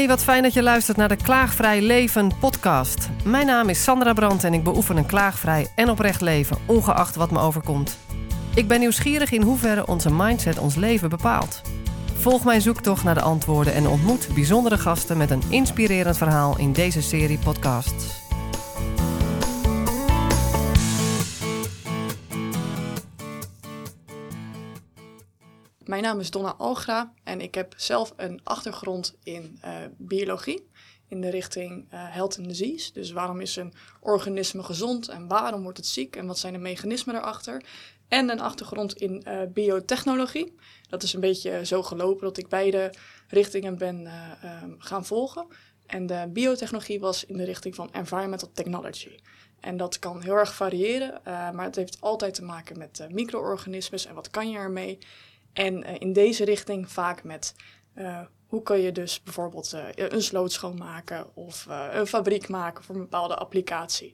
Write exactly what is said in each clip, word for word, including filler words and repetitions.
wat fijn dat je luistert naar de Klaagvrij Leven podcast. Mijn naam is Sandra Brandt en ik beoefen een klaagvrij en oprecht leven, ongeacht wat me overkomt. Ik ben nieuwsgierig in hoeverre onze mindset ons leven bepaalt. Volg mijn zoektocht naar de antwoorden en ontmoet bijzondere gasten met een inspirerend verhaal in deze serie podcasts. Mijn naam is Donna Algra en ik heb zelf een achtergrond in uh, biologie in de richting uh, health and disease. Dus waarom is een organisme gezond en waarom wordt het ziek en wat zijn de mechanismen daarachter? En een achtergrond in uh, biotechnologie. Dat is een beetje zo gelopen dat ik beide richtingen ben uh, uh, gaan volgen. En de biotechnologie was in de richting van environmental technology. En dat kan heel erg variëren, uh, maar het heeft altijd te maken met uh, micro-organismes en wat kan je ermee? En uh, in deze richting vaak met uh, hoe kun je dus bijvoorbeeld uh, een sloot schoonmaken of uh, een fabriek maken voor een bepaalde applicatie.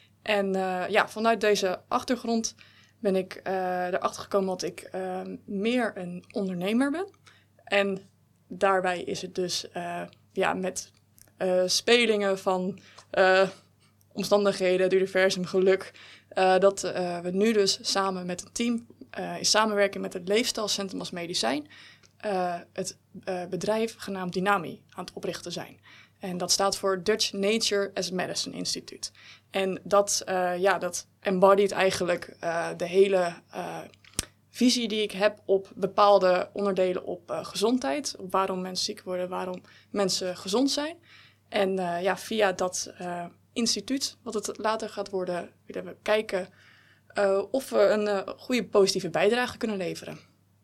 En uh, ja, vanuit deze achtergrond ben ik uh, erachter gekomen dat ik uh, meer een ondernemer ben. En daarbij is het dus uh, ja, met uh, spelingen van uh, omstandigheden, het universum, geluk, uh, dat uh, we nu dus samen met een team Uh, in samenwerking met het Leefstijlcentrum als medicijn uh, het uh, bedrijf genaamd Dynami aan het oprichten zijn. En dat staat voor Dutch Nature as Medicine Institute. En dat, uh, ja, dat embodied eigenlijk uh, de hele uh, visie die ik heb op bepaalde onderdelen op uh, gezondheid. Op waarom mensen ziek worden, waarom mensen gezond zijn. En uh, ja, via dat uh, instituut, wat het later gaat worden, willen we kijken Uh, of we een uh, goede positieve bijdrage kunnen leveren.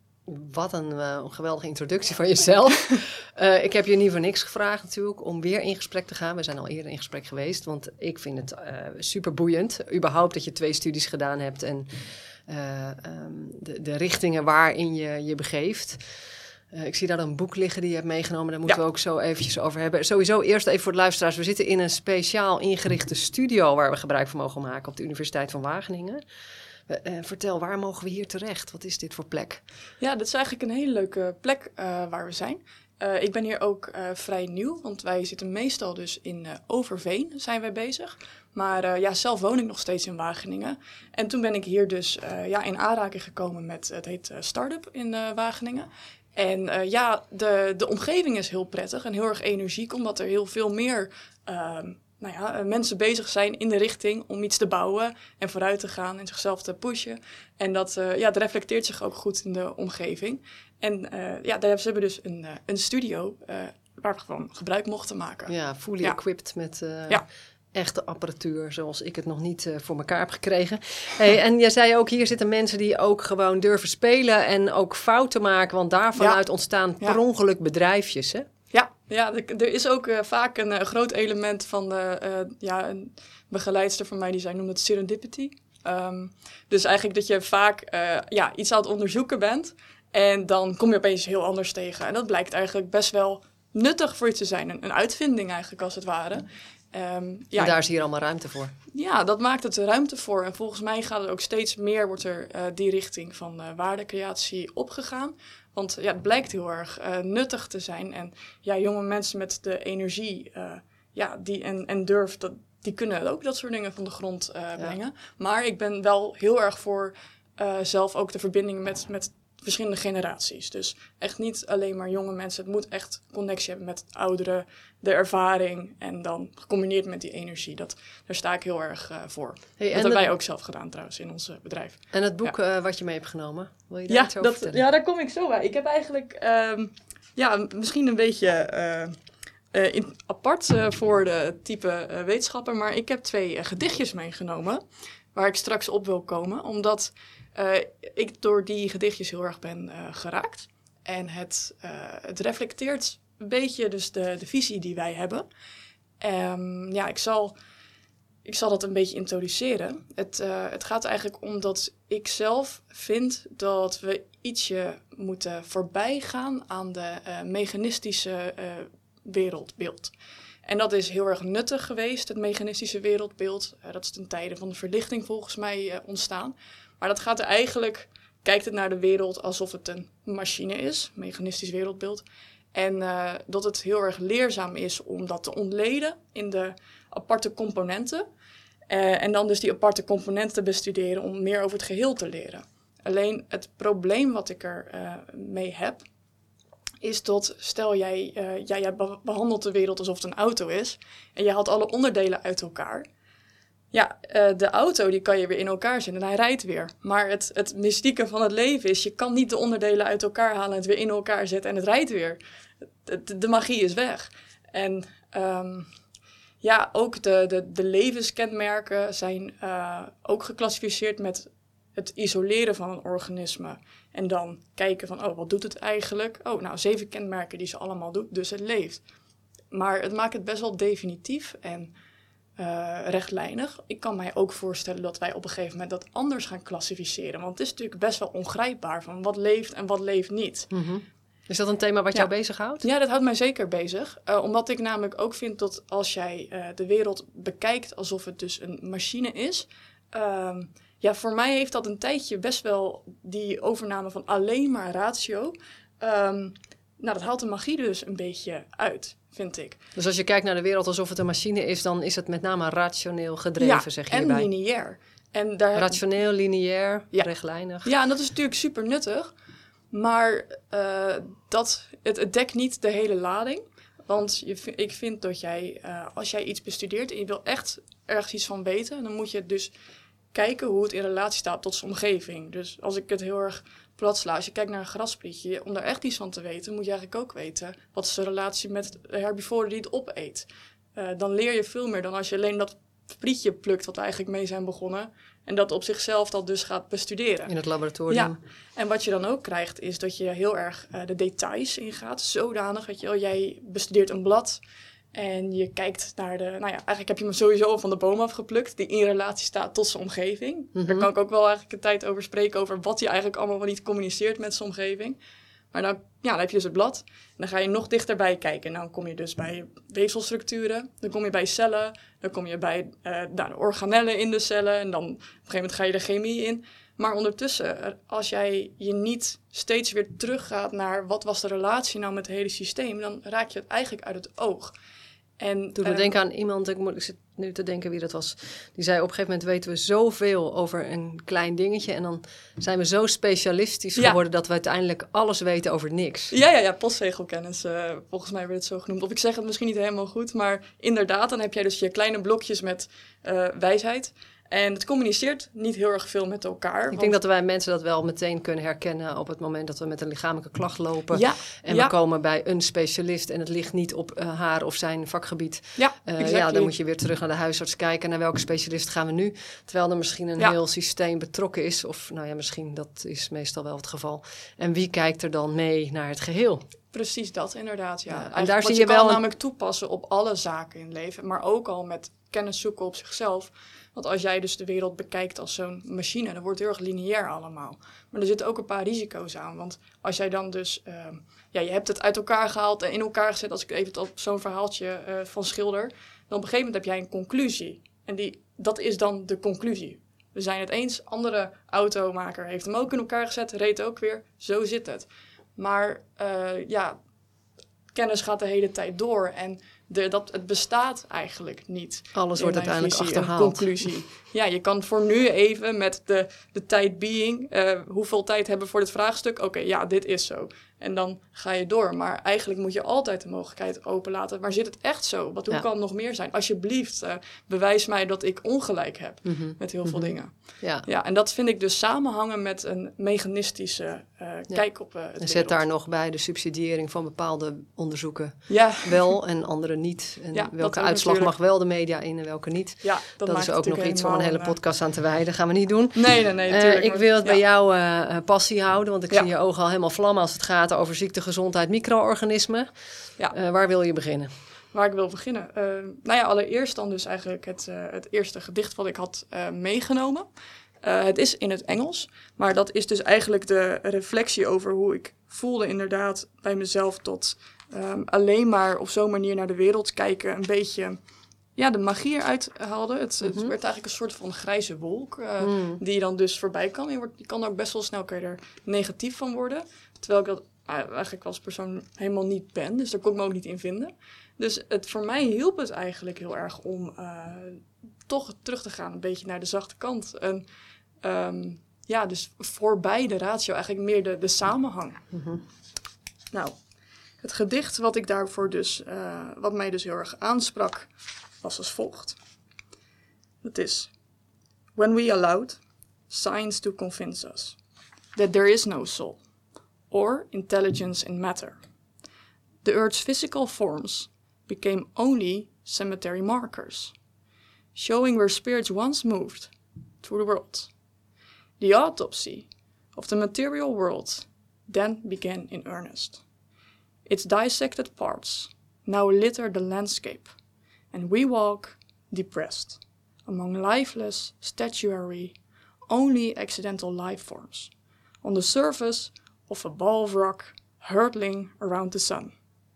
Wat een, uh, een geweldige introductie van jezelf. uh, ik heb je niet voor niks gevraagd natuurlijk om weer in gesprek te gaan. We zijn al eerder in gesprek geweest, want ik vind het uh, super boeiend. Überhaupt dat je twee studies gedaan hebt en uh, um, de, de richtingen waarin je je begeeft. Uh, ik zie daar een boek liggen die je hebt meegenomen. Daar moeten ja. we ook zo eventjes over hebben. Sowieso eerst even voor de luisteraars. We zitten in een speciaal ingerichte studio waar we gebruik van mogen maken op de Universiteit van Wageningen. Uh, uh, vertel, waar mogen we hier terecht? Wat is dit voor plek? Ja, dit is eigenlijk een hele leuke plek uh, waar we zijn. Uh, ik ben hier ook uh, vrij nieuw, want wij zitten meestal dus in uh, Overveen zijn wij bezig. Maar uh, ja, zelf woon ik nog steeds in Wageningen. En toen ben ik hier dus uh, ja, in aanraking gekomen met, het heet uh, Startup in uh, Wageningen. En uh, ja, de, de omgeving is heel prettig en heel erg energiek, omdat er heel veel meer uh, nou ja, mensen bezig zijn in de richting om iets te bouwen en vooruit te gaan en zichzelf te pushen. En dat, uh, ja, dat reflecteert zich ook goed in de omgeving. En uh, ja, daar hebben we dus een, uh, een studio uh, waar we gewoon gebruik mochten maken. Ja, fully ja. equipped met Uh... Ja. echte apparatuur, zoals ik het nog niet uh, voor elkaar heb gekregen. Hey, en jij zei ook, hier zitten mensen die ook gewoon durven spelen en ook fouten maken, want daarvanuit ja. ontstaan per ja. ongeluk bedrijfjes, hè? Ja, ja, er is ook uh, vaak een uh, groot element van de, uh, ja, een begeleidster van mij die zei, noemde het serendipity. Um, dus eigenlijk dat je vaak uh, ja, iets aan het onderzoeken bent en dan kom je opeens heel anders tegen. En dat blijkt eigenlijk best wel nuttig voor je te zijn. Een, een uitvinding eigenlijk, als het ware. Um, ja, en daar is hier allemaal ruimte voor. Ja, dat maakt het ruimte voor. En volgens mij gaat het ook steeds meer, wordt er uh, die richting van uh, waardecreatie opgegaan. Want ja, het blijkt heel erg uh, nuttig te zijn. En ja, jonge mensen met de energie uh, ja, die en, en durf, dat, die kunnen ook dat soort dingen van de grond uh, brengen. Ja. Maar ik ben wel heel erg voor uh, zelf ook de verbinding met, met verschillende generaties. Dus echt niet alleen maar jonge mensen. Het moet echt connectie hebben met het ouderen, de ervaring en dan gecombineerd met die energie. Dat, daar sta ik heel erg uh, voor. Hey, dat hebben de... wij ook zelf gedaan trouwens in ons uh, bedrijf. En het boek ja. uh, wat je mee hebt genomen, wil je daar ja, iets over dat, vertellen? Ja, daar kom ik zo bij. Ik heb eigenlijk um, ja, misschien een beetje uh, uh, in, apart uh, voor de type uh, wetenschapper, maar ik heb twee uh, gedichtjes meegenomen waar ik straks op wil komen, omdat Uh, ik door die gedichtjes heel erg ben uh, geraakt. En het, uh, het reflecteert een beetje dus de, de visie die wij hebben. Um, ja, ik zal, ik zal dat een beetje introduceren. Het, uh, het gaat eigenlijk om dat ik zelf vind dat we ietsje moeten voorbij gaan aan de uh, mechanistische uh, wereldbeeld. En dat is heel erg nuttig geweest, het mechanistische wereldbeeld. Uh, dat is ten tijde van de verlichting volgens mij uh, ontstaan. Maar dat gaat er eigenlijk, kijkt het naar de wereld alsof het een machine is, mechanistisch wereldbeeld. En uh, dat het heel erg leerzaam is om dat te ontleden in de aparte componenten. Uh, en dan dus die aparte componenten te bestuderen om meer over het geheel te leren. Alleen het probleem wat ik er uh, mee heb, is dat stel jij, uh, jij, jij behandelt de wereld alsof het een auto is en je haalt alle onderdelen uit elkaar. Ja, uh, de auto die kan je weer in elkaar zetten en hij rijdt weer. Maar het, het mystieke van het leven is, je kan niet de onderdelen uit elkaar halen en het weer in elkaar zetten en het rijdt weer. De, de magie is weg. En um, ja, ook de, de, de levenskenmerken zijn uh, ook geclassificeerd met het isoleren van een organisme. En dan kijken van, oh, wat doet het eigenlijk? Oh, nou, zeven kenmerken die ze allemaal doet, dus het leeft. Maar het maakt het best wel definitief en uh, rechtlijnig. Ik kan mij ook voorstellen dat wij op een gegeven moment dat anders gaan klassificeren. Want het is natuurlijk best wel ongrijpbaar van wat leeft en wat leeft niet. Mm-hmm. Is dat een thema wat ja. jou bezighoudt? Ja, dat houdt mij zeker bezig. Uh, omdat ik namelijk ook vind dat als jij uh, de wereld bekijkt alsof het dus een machine is. Uh, ja, voor mij heeft dat een tijdje best wel die overname van alleen maar ratio. Um, nou, dat haalt de magie dus een beetje uit, vind ik. Dus als je kijkt naar de wereld alsof het een machine is, dan is het met name rationeel gedreven, ja, zeg je en hierbij. lineair. En daar... Rationeel, lineair, ja. rechtlijnig. Ja, en dat is natuurlijk super nuttig. Maar uh, dat, het, het dekt niet de hele lading. Want je, ik vind dat jij, uh, als jij iets bestudeert en je wil echt ergens iets van weten, dan moet je dus kijken hoe het in relatie staat tot zijn omgeving. Dus als ik het heel erg plat sla, als je kijkt naar een grassprietje, om daar echt iets van te weten, moet je eigenlijk ook weten wat is de relatie met de herbivoren die het opeet. Uh, dan leer je veel meer dan als je alleen dat sprietje plukt wat we eigenlijk mee zijn begonnen. En dat op zichzelf dat dus gaat bestuderen. In het laboratorium. Ja, en wat je dan ook krijgt is dat je heel erg uh, de details ingaat. Zodanig, weet je wel, jij bestudeert een blad en je kijkt naar de... Nou ja, eigenlijk heb je hem sowieso van de boom afgeplukt, die in relatie staat tot zijn omgeving. Mm-hmm. Daar kan ik ook wel eigenlijk een tijd over spreken, over wat hij eigenlijk allemaal wel niet communiceert met zijn omgeving. Maar dan, ja, dan heb je dus het blad. En dan ga je nog dichterbij kijken. En dan kom je dus bij weefselstructuren. Dan kom je bij cellen. Dan kom je bij uh, nou, de organellen in de cellen. En dan op een gegeven moment ga je de chemie in. Maar ondertussen, als jij je niet steeds weer teruggaat naar wat was de relatie nou met het hele systeem, dan raak je het eigenlijk uit het oog. En, Doe me uh, denken aan iemand, ik, moet, ik zit nu te denken wie dat was, die zei op een gegeven moment weten we zoveel over een klein dingetje en dan zijn we zo specialistisch geworden ja. dat we uiteindelijk alles weten over niks. Ja, ja, ja, postzegelkennis, uh, volgens mij werd het zo genoemd. Of ik zeg het misschien niet helemaal goed, maar inderdaad, dan heb jij dus je kleine blokjes met uh, wijsheid. En het communiceert niet heel erg veel met elkaar. Ik want... denk dat wij mensen dat wel meteen kunnen herkennen op het moment dat we met een lichamelijke klacht lopen. Ja, en ja. we komen bij een specialist en het ligt niet op uh, haar of zijn vakgebied. Ja, uh, exactly. ja, dan moet je weer terug naar de huisarts kijken. Naar welke specialist gaan we nu? Terwijl er misschien een ja. heel systeem betrokken is. Of nou ja, misschien dat is meestal wel het geval. En wie kijkt er dan mee naar het geheel? Precies dat, inderdaad. Ja. Ja, en daar zie je, je wel kan een... namelijk toepassen op alle zaken in het leven. Maar ook al met kennis zoeken op zichzelf. Want als jij dus de wereld bekijkt als zo'n machine, dan wordt het heel erg lineair allemaal. Maar er zitten ook een paar risico's aan. Want als jij dan dus, uh, ja, je hebt het uit elkaar gehaald en in elkaar gezet, als ik even op zo'n verhaaltje uh, van schilder, dan op een gegeven moment heb jij een conclusie. En die, dat is dan de conclusie. We zijn het eens, andere automaker heeft hem ook in elkaar gezet, reed ook weer, zo zit het. Maar uh, ja, kennis gaat de hele tijd door en de, dat, het bestaat eigenlijk niet. Alles wordt uiteindelijk visie, achterhaald. Een conclusie. Ja, je kan voor nu even met de, de tijd being, uh, hoeveel tijd hebben we voor dit vraagstuk? Oké, okay, ja, dit is zo. En dan ga je door. Maar eigenlijk moet je altijd de mogelijkheid openlaten. Maar zit het echt zo? Wat, hoe ja. kan het nog meer zijn? Alsjeblieft, uh, bewijs mij dat ik ongelijk heb mm-hmm. met heel mm-hmm. veel dingen. Ja. ja, en dat vind ik dus samenhangen met een mechanistische uh, ja. kijk op uh, het En wereld. zet daar nog bij de subsidiëring van bepaalde onderzoeken ja. wel en andere niet. En ja, welke uitslag natuurlijk... mag wel de media in en welke niet. Ja, dat dat is ook nog iets om een hele podcast aan te wijden. Gaan we niet doen. Nee, nee, nee. Uh, ik wil het ja. bij jou uh, passie houden, want ik ja. zie je ogen al helemaal vlammen als het gaat over ziekte, gezondheid, micro-organismen. Ja. Uh, waar wil je beginnen? Waar ik wil beginnen? Uh, nou ja, allereerst dan dus eigenlijk het, uh, het eerste gedicht wat ik had uh, meegenomen. Uh, het is in het Engels, maar dat is dus eigenlijk de reflectie over hoe ik voelde inderdaad bij mezelf tot um, alleen maar op zo'n manier naar de wereld kijken, een beetje ja, de magie eruit haalde. Het, mm-hmm. het werd eigenlijk een soort van grijze wolk uh, mm. die dan dus voorbij kan. Je, wordt, je kan er ook best wel snel kan je er negatief van worden, terwijl ik dat eigenlijk als persoon helemaal niet ben. Dus daar kon ik me ook niet in vinden. Dus het, voor mij hielp het eigenlijk heel erg om uh, toch terug te gaan. Een beetje naar de zachte kant. En um, ja, dus voorbij de ratio eigenlijk meer de, de samenhang. Mm-hmm. Nou, het gedicht wat ik daarvoor dus, uh, wat mij dus heel erg aansprak, was als volgt. Het is: When we allowed science to convince us that there is no soul or intelligence in matter, the Earth's physical forms became only cemetery markers, showing where spirits once moved through the world. The autopsy of the material world then began in earnest. Its dissected parts now litter the landscape, and we walk depressed among lifeless, statuary, only accidental life forms on the surface of a ball of rock hurtling around the sun.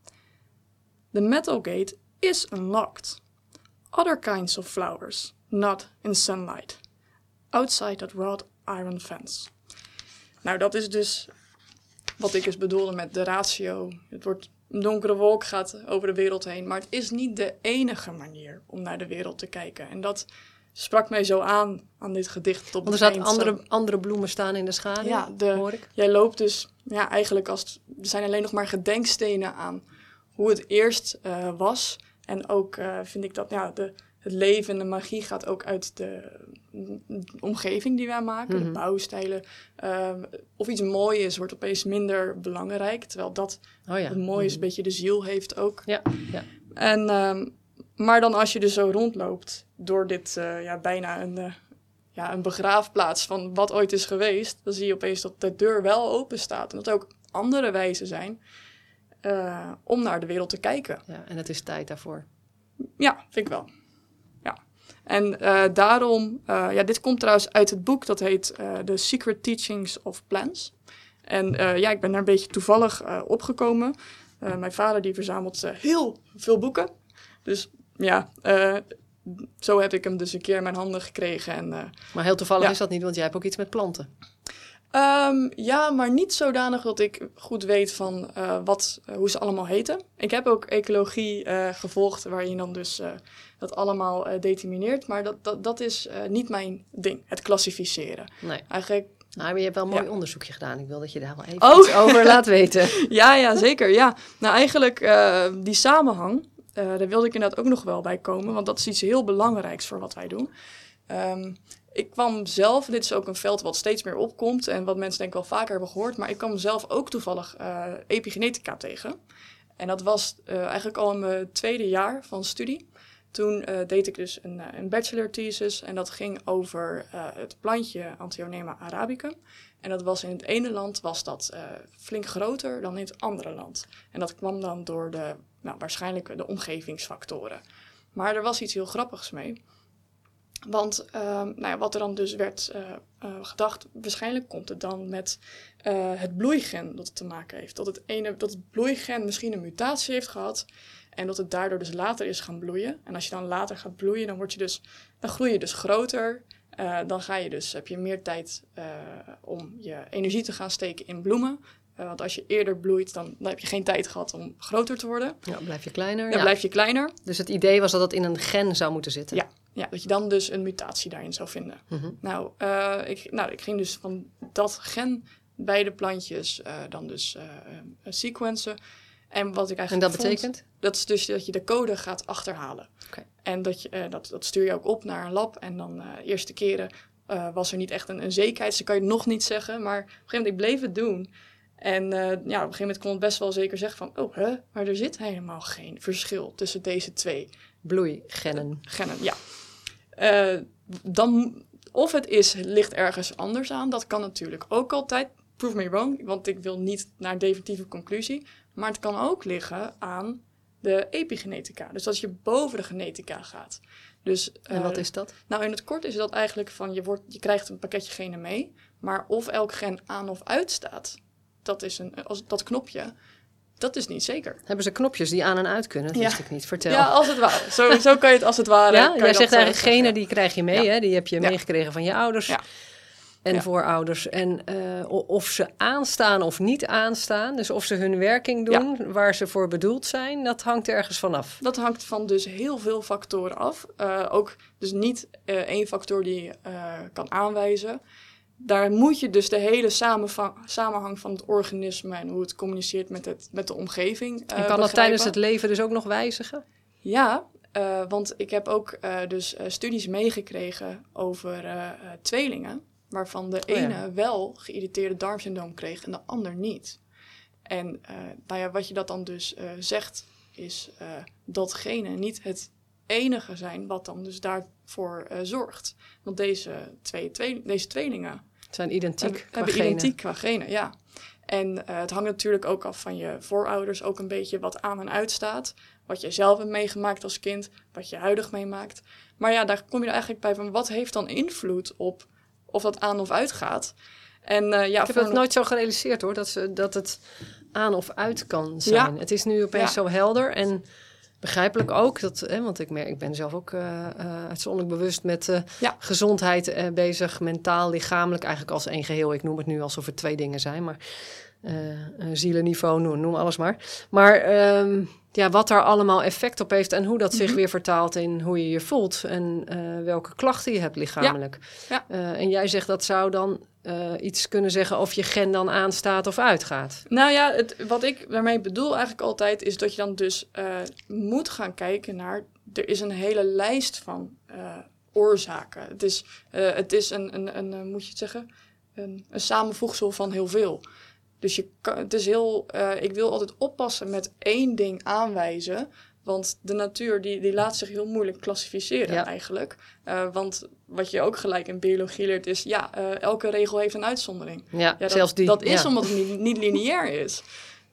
The metal gate is unlocked. Other kinds of flowers nod in sunlight outside that wrought iron fence. Nou, dat is dus wat ik dus bedoelde met de ratio. Het wordt een donkere wolk gaat over de wereld heen, maar het is niet de enige manier om naar de wereld te kijken. En dat sprak mij zo aan, aan dit gedicht. Tot Want er zaten andere, andere bloemen staan in de schaduw, ja, de, hoor ik. Jij loopt dus, ja, eigenlijk als het, er zijn alleen nog maar gedenkstenen aan hoe het eerst uh, was. En ook uh, vind ik dat ja, de, het leven en de magie gaat ook uit de, de omgeving die wij maken. Mm-hmm. De bouwstijlen. Uh, of iets moois is, wordt opeens minder belangrijk. Terwijl dat oh ja. het mooie mm-hmm. een beetje de ziel heeft ook. Ja, ja. En, um, maar dan als je dus zo rondloopt door dit uh, ja, bijna een, uh, ja, een begraafplaats van wat ooit is geweest, dan zie je opeens dat de deur wel open staat. En dat er ook andere wijzen zijn uh, om naar de wereld te kijken. Ja, en het is tijd daarvoor. Ja, vind ik wel. Ja. En uh, daarom, uh, ja, dit komt trouwens uit het boek, dat heet uh, The Secret Teachings of Plants. En uh, ja, ik ben daar een beetje toevallig uh, opgekomen. Uh, mijn vader die verzamelt uh, heel veel boeken. Dus ja, uh, zo heb ik hem dus een keer in mijn handen gekregen. En, uh, maar heel toevallig ja. is dat niet, want jij hebt ook iets met planten. Um, ja, maar niet zodanig dat ik goed weet van uh, wat, uh, hoe ze allemaal heten. Ik heb ook ecologie uh, gevolgd, waar je dan dus uh, dat allemaal uh, determineert. Maar dat, dat, dat is uh, niet mijn ding, het klassificeren. Nee. Eigenlijk. Nou, maar je hebt wel een mooi ja. onderzoekje gedaan. Ik wil dat je daar wel even oh. iets over laat weten. ja, ja, zeker. Ja. Nou, eigenlijk uh, die samenhang, uh, daar wilde ik inderdaad ook nog wel bij komen. Want dat is iets heel belangrijks voor wat wij doen. Um, ik kwam zelf, dit is ook een veld wat steeds meer opkomt en wat mensen denk ik wel vaker hebben gehoord, maar ik kwam zelf ook toevallig uh, epigenetica tegen. En dat was uh, eigenlijk al in mijn tweede jaar van studie. Toen uh, deed ik dus een, uh, een bachelor thesis en dat ging over uh, het plantje Anthionema arabicum. En dat was in het ene land was dat uh, flink groter dan in het andere land. En dat kwam dan door de, nou, waarschijnlijk de omgevingsfactoren. Maar er was iets heel grappigs mee. Want uh, nou ja, wat er dan dus werd uh, uh, gedacht, waarschijnlijk komt het dan met uh, het bloeigen dat het te maken heeft. Dat het, ene, dat het bloeigen misschien een mutatie heeft gehad en dat het daardoor dus later is gaan bloeien. En als je dan later gaat bloeien, dan, word je dus, dan groei je dus groter. Uh, dan ga je dus, heb je meer tijd uh, om je energie te gaan steken in bloemen. Uh, want als je eerder bloeit, dan, dan heb je geen tijd gehad om groter te worden. Ja, blijf je kleiner. Dan ja. blijf je kleiner. Dus het idee was dat het in een gen zou moeten zitten. Ja. Ja, dat je dan dus een mutatie daarin zou vinden. Mm-hmm. Nou, uh, ik, nou, ik ging dus van dat gen bij de plantjes uh, dan dus uh, uh, sequencen. En wat ik eigenlijk En dat vond, betekent? Dat is dus dat je de code gaat achterhalen. Okay. En dat, je, uh, dat, dat stuur je ook op naar een lab. En dan uh, de eerste keren uh, was er niet echt een, een zekerheid. Dus dat kan je nog niet zeggen. Maar op een gegeven moment, ik bleef het doen. En uh, ja, op een gegeven moment kon het best wel zeker zeggen van, oh, huh, maar er zit helemaal geen verschil tussen deze twee. Bloeigenen. Genen, ja. Uh, dan, of het is, ligt ergens anders aan. Dat kan natuurlijk ook altijd. Prove me wrong, want ik wil niet naar een definitieve conclusie. Maar het kan ook liggen aan de epigenetica. Dus dat je boven de genetica gaat. Dus, uh, en wat is dat? Nou, in het kort is dat eigenlijk van, je, wordt, je krijgt een pakketje genen mee. Maar of elk gen aan of uit staat, dat is een, als, dat knopje, dat is niet zeker. Hebben ze knopjes die aan en uit kunnen? Dat ja. wist ik niet. Vertel. Ja, als het ware. Zo, zo kan je het als het ware. Ja, jij zegt eigenlijk genen, die krijg je mee. Ja. Hè? Die heb je ja. meegekregen van je ouders. Ja. en ja. voorouders. En uh, of ze aanstaan of niet aanstaan, dus of ze hun werking doen ja. waar ze voor bedoeld zijn, dat hangt ergens vanaf. Dat hangt van dus heel veel factoren af. Uh, ook dus niet uh, één factor die je uh, kan aanwijzen. Daar moet je dus de hele samenva- samenhang van het organisme en hoe het communiceert met, het, met de omgeving uh, En kan begrijpen. dat tijdens het leven dus ook nog wijzigen? Ja, uh, want ik heb ook uh, dus uh, studies meegekregen over uh, uh, tweelingen, waarvan de oh, ene ja. wel geïrriteerde darmsyndroom kreeg en de ander niet. En uh, nou ja, wat je dat dan dus uh, zegt, is uh, dat genen niet het enige zijn wat dan dus daarvoor uh, zorgt. Want deze, twee, twee, deze tweelingen zijn identiek hebben, hebben identiek qua genen, ja. En uh, het hangt natuurlijk ook af van je voorouders, ook een beetje wat aan en uit staat. Wat je zelf hebt meegemaakt als kind, wat je huidig meemaakt. Maar ja, daar kom je er eigenlijk bij van, wat heeft dan invloed op of dat aan of uit gaat? En, uh, ja, ik heb dat een... nooit zo gerealiseerd hoor, dat, ze, dat het aan of uit kan zijn. Ja. Het is nu opeens ja. zo helder en begrijpelijk ook, dat, hè, want ik, merk, ik ben zelf ook uh, uh, uitzonderlijk bewust met uh, ja. gezondheid uh, bezig, mentaal, lichamelijk, eigenlijk als één geheel. Ik noem het nu alsof het twee dingen zijn, maar uh, zielenniveau, noem, noem alles maar. Maar um, ja, wat daar allemaal effect op heeft en hoe dat zich mm-hmm. weer vertaalt in hoe je je voelt en uh, welke klachten je hebt lichamelijk. Ja. Ja. Uh, en jij zegt dat zou dan uh, iets kunnen zeggen of je gen dan aanstaat of uitgaat. Nou ja, het, wat ik daarmee bedoel eigenlijk altijd is dat je dan dus uh, moet gaan kijken naar, er is een hele lijst van uh, oorzaken. Het is, uh, het is een, een, een, een, moet je het zeggen, een, een samenvoegsel van heel veel. Dus je kan, het is heel, uh, ik wil altijd oppassen met één ding aanwijzen. Want de natuur die, die laat zich heel moeilijk klassificeren ja. eigenlijk. Uh, want wat je ook gelijk in biologie leert is, ja, uh, elke regel heeft een uitzondering. Ja, ja dat, zelfs die. Dat is ja. omdat het niet, niet lineair is.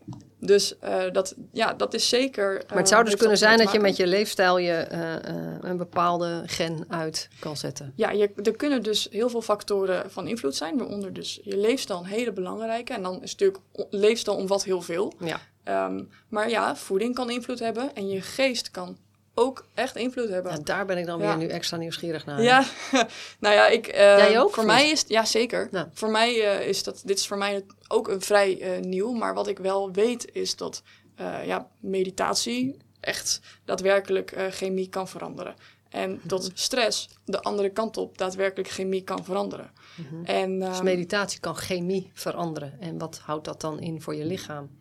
Dus uh, dat, ja, dat is zeker... Uh, maar het zou dus kunnen zijn dat je met je leefstijl je uh, uh, een bepaalde gen uit kan zetten. Ja, je, er kunnen dus heel veel factoren van invloed zijn. Waaronder dus je leefstijl een hele belangrijke. En dan is natuurlijk leefstijl omvat heel veel. Ja. Um, maar ja, voeding kan invloed hebben. En je geest kan ook echt invloed hebben. Ja, daar ben ik dan ja. weer nu extra nieuwsgierig naar. Ja, nou ja, ik... Uh, Jij ook? Voor mij is... Ja, zeker. Nou. Voor mij uh, is dat... Dit is voor mij ook een vrij uh, nieuw. Maar wat ik wel weet is dat uh, ja, meditatie echt daadwerkelijk uh, chemie kan veranderen. En mm-hmm. dat stress de andere kant op daadwerkelijk chemie kan veranderen. Mm-hmm. En, um, dus meditatie kan chemie veranderen. En wat houdt dat dan in voor je lichaam?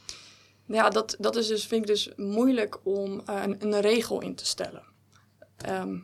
Ja, dat, dat is dus, vind ik dus moeilijk om uh, een, een regel in te stellen. Um,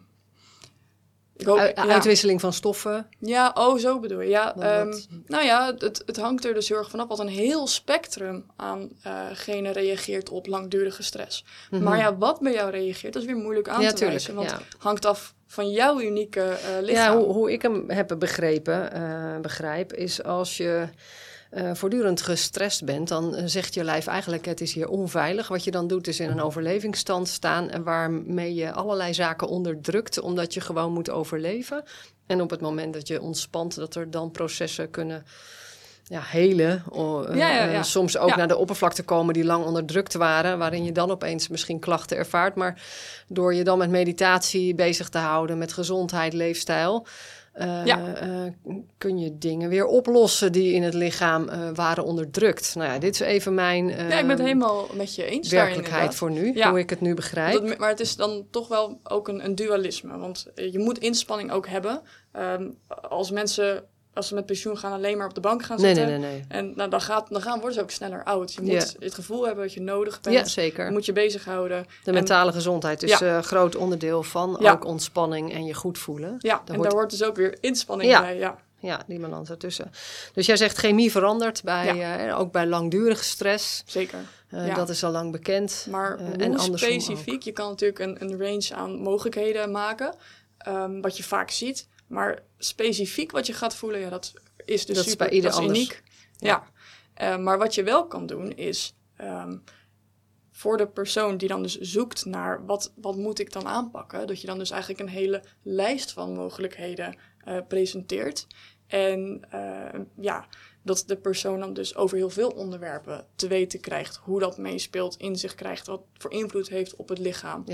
ik hoop, U, ja. Uitwisseling van stoffen? Ja, oh, zo bedoel je. Ja, um, nou ja, het, het hangt er dus heel erg vanaf. Want een heel spectrum aan uh, genen reageert op langdurige stress. Mm-hmm. Maar ja, wat bij jou reageert, dat is weer moeilijk aan ja, te tuurlijk, wijzen. Want het ja. hangt af van jouw unieke uh, lichaam. Ja, hoe, hoe ik hem heb begrepen, uh, begrijp, is als je... Uh, voortdurend gestrest bent, dan uh, zegt je lijf eigenlijk het is hier onveilig. Wat je dan doet is in een overlevingsstand staan en waarmee je allerlei zaken onderdrukt, omdat je gewoon moet overleven. En op het moment dat je ontspant, dat er dan processen kunnen ja, helen. Uh, ja, ja, ja. Uh, soms ook ja. naar de oppervlakte komen die lang onderdrukt waren, waarin je dan opeens misschien klachten ervaart. Maar door je dan met meditatie bezig te houden, met gezondheid, leefstijl... Uh, ja. uh, kun je dingen weer oplossen die in het lichaam uh, waren onderdrukt. Nou ja, dit is even mijn uh, ja, ik ben het helemaal met je eens werkelijkheid voor nu, ja. hoe ik het nu begrijp. Dat, maar het is dan toch wel ook een, een dualisme. Want je moet inspanning ook hebben. Um, als mensen... Als ze met pensioen gaan, alleen maar op de bank gaan zitten. Nee, nee, nee, nee. En nou, dan, gaat, dan gaan, worden ze ook sneller oud. Je moet ja. het gevoel hebben dat je nodig bent. Ja, zeker. Je moet je bezighouden. De mentale en, gezondheid is een ja. uh, groot onderdeel van. Ja. Ook ontspanning en je goed voelen. Ja, daar en hoort... daar hoort dus ook weer inspanning ja. bij. Ja. Ja, die balans ertussen. Dus jij zegt chemie verandert, bij, ja. uh, ook bij langdurige stress. Zeker. Uh, ja. Dat is al lang bekend. Maar uh, hoe en specifiek? Ook. Je kan natuurlijk een, een range aan mogelijkheden maken. Um, wat je vaak ziet. Maar specifiek wat je gaat voelen, ja, dat is dus dat super, is bij ieder dat is anders. uniek. Ja. ja. Uh, maar wat je wel kan doen is... Um, voor de persoon die dan dus zoekt naar wat, wat moet ik dan aanpakken... dat je dan dus eigenlijk een hele lijst van mogelijkheden uh, presenteert. En uh, ja, dat de persoon dan dus over heel veel onderwerpen te weten krijgt... hoe dat meespeelt, inzicht krijgt, wat voor invloed heeft op het lichaam. Ja.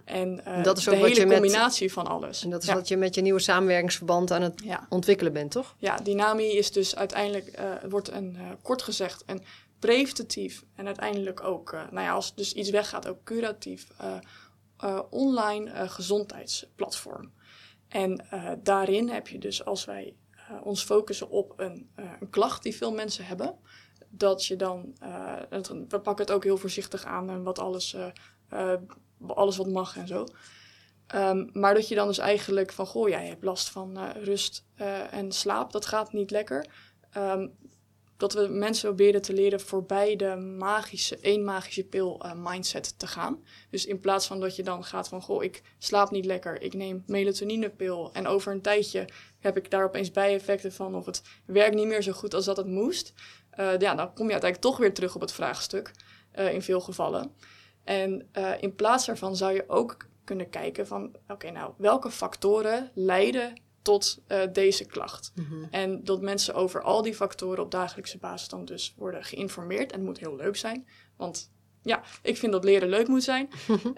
En uh, dat is de ook wat hele je met, combinatie van alles. En dat is ja. wat je met je nieuwe samenwerkingsverband aan het ja. ontwikkelen bent, toch? Ja, Dynami is dus uiteindelijk, uh, wordt een, uh, kort gezegd, een preventief en uiteindelijk ook, uh, nou ja, als dus iets weggaat, ook curatief, uh, uh, online uh, gezondheidsplatform. En uh, daarin heb je dus, als wij uh, ons focussen op een, uh, een klacht die veel mensen hebben, dat je dan, uh, het, we pakken het ook heel voorzichtig aan en wat alles, uh, uh, alles wat mag en zo. Um, maar dat je dan dus eigenlijk van, goh, jij hebt last van uh, rust uh, en slaap, dat gaat niet lekker. Um, dat we mensen proberen te leren voorbij de magische, één magische pil uh, mindset te gaan. Dus in plaats van dat je dan gaat van, goh, ik slaap niet lekker, ik neem melatoninepil en over een tijdje heb ik daar opeens bijeffecten van of het werkt niet meer zo goed als dat het moest. Uh, ja, dan kom je uiteindelijk toch weer terug op het vraagstuk uh, in veel gevallen. En uh, in plaats daarvan zou je ook kunnen kijken van, oké, okay, nou, welke factoren leiden tot uh, deze klacht? Mm-hmm. En dat mensen over al die factoren op dagelijkse basis dan dus worden geïnformeerd. En het moet heel leuk zijn, want ja, ik vind dat leren leuk moet zijn.